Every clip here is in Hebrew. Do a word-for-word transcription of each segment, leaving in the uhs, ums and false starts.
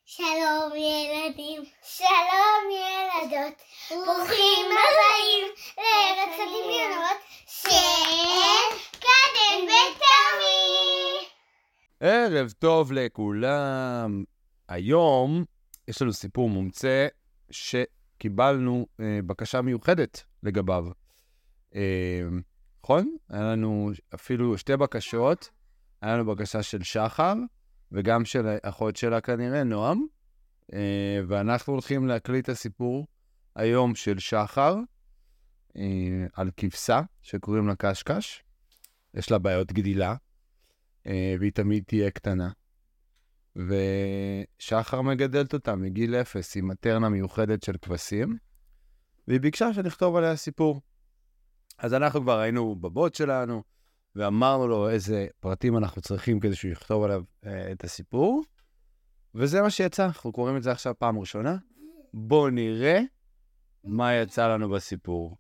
שלום ילדים, שלום ילדות, ברוכים הבאים לארץ הדמיונות של קדם ותמי. ערב טוב לכולם. היום יש לנו סיפור מומצא שקיבלנו אה, בקשה מיוחדת לגביו. אה, נכון? היה לנו אפילו שתי בקשות. היה לנו בקשה של שחר, וגם של האחות שלה כנראה, נועם. אה, ואנחנו הולכים להקליט את הסיפור היום של שחר, אה, על כבשה שקוראים לה קשקש. יש לה בעיות גדילה, אה, והיא תמיד תהיה קטנה. ושחר מגדלת אותה מגיל אפס עם מטרנה מיוחדת של כבשים, והיא ביקשה שנכתוב עליה סיפור. אז אנחנו כבר היינו בבוט שלנו, ואמרנו לו איזה פרטים אנחנו צריכים כדי שהוא יכתוב עליו אה, את הסיפור, וזה מה שיצא. אנחנו קוראים את זה עכשיו פעם ראשונה. בואו נראה מה יצא לנו בסיפור.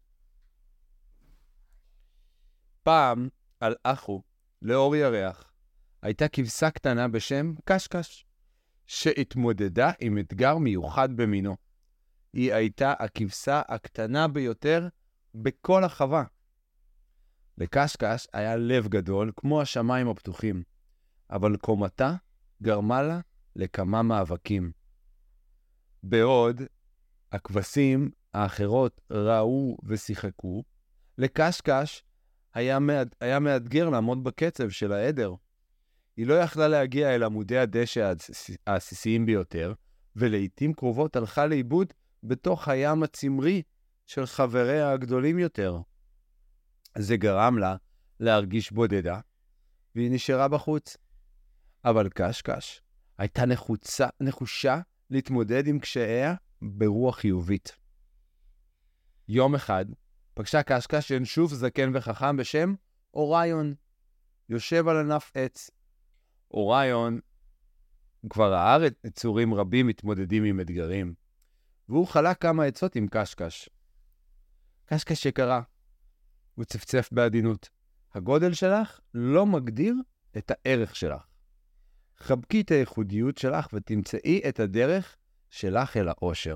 פעם על אחו, לאור ירח, הייתה כבשה קטנה בשם קשקש, שהתמודדה עם אתגר מיוחד במינו. היא הייתה הכבשה הקטנה ביותר בכל החווה. לקשקש היה לב גדול כמו השמיים הפתוחים, אבל קומתה גרמה לה לכמה מאבקים. בעוד הכבשים האחרות ראו ושיחקו, לקשקש היה, מאד... היה מאתגר לעמוד בקצב של העדר. היא לא יכלה להגיע אל עמודי הדשא העסיסיים ביותר, ולעיתים קרובות הלכה לאיבוד בתוך הים הצמרי של חבריה הגדולים יותר. זה גרם לה להרגיש בודדה, והיא נשארה בחוץ. אבל קשקש הייתה נחוצה, נחושה להתמודד עם קשייה ברוח חיובית. יום אחד פגשה קשקש שוב זקן וחכם בשם אוריון, יושב על ענף עץ. אוריון כבר ראה יצורים רבים מתמודדים עם אתגרים, והוא חלק כמה עצות עם קשקש. קשקש יקרה, הוא צפצף בעדינות. הגודל שלך לא מגדיר את הערך שלך. חבקי את הייחודיות שלך ותמצאי את הדרך שלך אל האושר.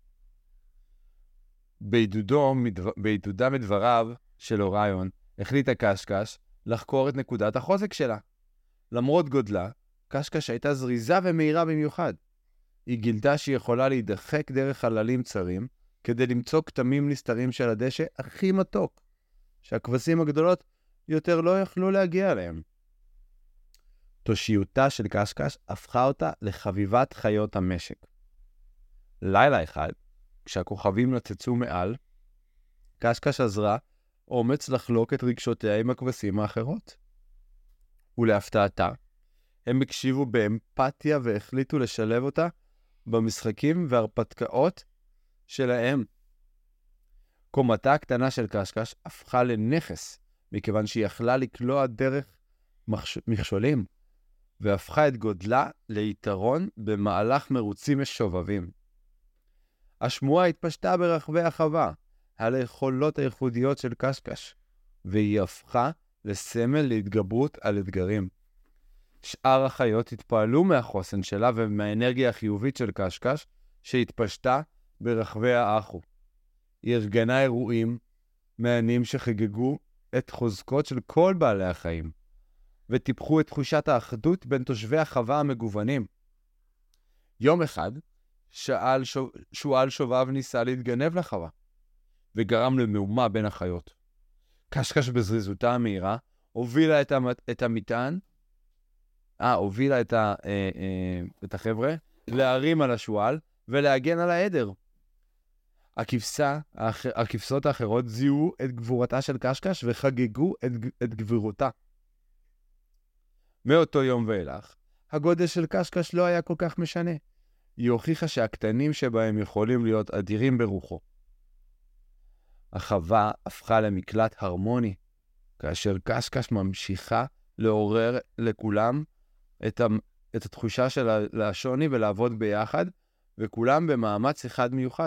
בעידודו, בעידודה מדבריו של אוריון, החליטה קשקש לחקור את נקודת החוזק שלה. למרות גודלה, קשקש הייתה זריזה ומהירה במיוחד. היא גילתה שהיא יכולה להידחק דרך חללים צרים כדי למצוא כתמים נסתרים של הדשא הכי מתוק, שהכבשים הגדולות יותר לא יכלו להגיע אליהם. תושיותה של קשקש הפכה אותה לחביבת חיות המשק. לילה אחד, כשהכוכבים נצצו מעל, קשקש עזרה אומץ לחלוק את רגשותיה עם הכבשים האחרות. ולהפתעתה, הם הקשיבו באמפתיה והחליטו לשלב אותה במשחקים והרפתקאות שלהם. קומתה הקטנה של קשקש הפכה לנכס, מכיוון שהיא יכלה לקלוע דרך מכשולים, והפכה את גודלה ליתרון במהלך מרוצים משובבים. השמועה התפשטה ברחבי החווה על היכולות הייחודיות של קשקש, והיא הפכה לסמל להתגברות על אתגרים. שאר החיות התפעלו מהחוסן שלה ומהאנרגיה החיובית של קשקש שהתפשטה ברחבי האחו. היא ארגנה אירועים מעניינים שחגגו את חוזקות של כל בעלי החיים, וטיפחו את תחושת האחדות בין תושבי החווה המגוונים. יום אחד, שאל שוב, שואל שובב ניסה להתגנב לחווה, וגרם למהומה בין החיות. קשקש בזריזותה המהירה, הובילה את, המת, את המטען, אה, הובילה את, ה, אה, אה, את החבר'ה, להרים על השואל ולהגן על העדר. הכבשה, האח, הכבשות האחרות זיהו את גבורתה של קשקש וחגגו את, את גבירותה. מאותו יום ואילך, הגודל של קשקש לא היה כל כך משנה. היא הוכיחה שהקטנים שבהם יכולים להיות אדירים ברוחו. החווה הפכה למקלט הרמוני, כאשר קשקש ממשיכה לעורר לכולם את, ה, את התחושה של השוני ולעבוד ביחד, וכולם במאמץ אחד מיוחד.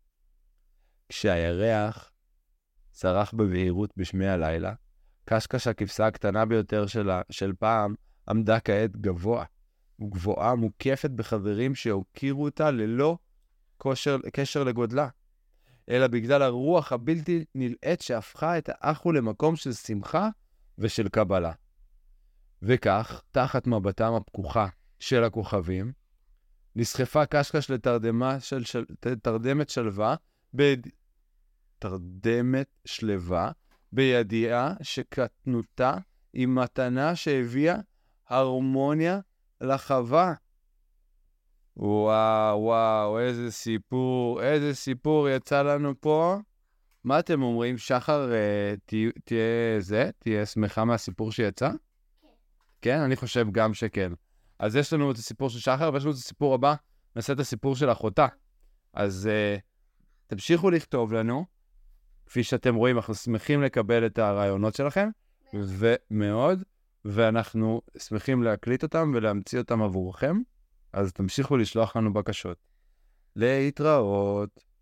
כשהירח צרח בבהירות בשמי הלילה, קשקש הכבשה הקטנה ביותר שלה, של פעם עמדה כעת גבוה, וגבוהה מוקפת בחברים שהוקירו אותה ללא קושר, קשר לגודלה, אלא בגלל הרוח הבלתי נלאית שהפכה את האחו למקום של שמחה ושל קבלה. וכך, תחת מבטם הפקוחה של הכוכבים, נסחפה קשקש לתרדמה של, של, תרדמת שלווה, ב... תרדמת שלווה, בידיעה שקטנותה היא מתנה שהביאה הרמוניה לחווה. וואו, וואו, איזה סיפור, איזה סיפור יצא לנו פה. מה אתם אומרים, שחר, תהיה, תהיה זה? תהיה שמחה מהסיפור שיצא? כן. כן? אני חושב גם שכן. אז יש לנו את הסיפור של שחר, ויש לנו את הסיפור הבא, נעשה את הסיפור של אחותה. אז uh, תמשיכו לכתוב לנו, כפי שאתם רואים, אנחנו שמחים לקבל את הרעיונות שלכם, ומאוד, ואנחנו שמחים להקליט אותם ולהמציא אותם עבורכם, אז תמשיכו לשלוח לנו בקשות. להתראות.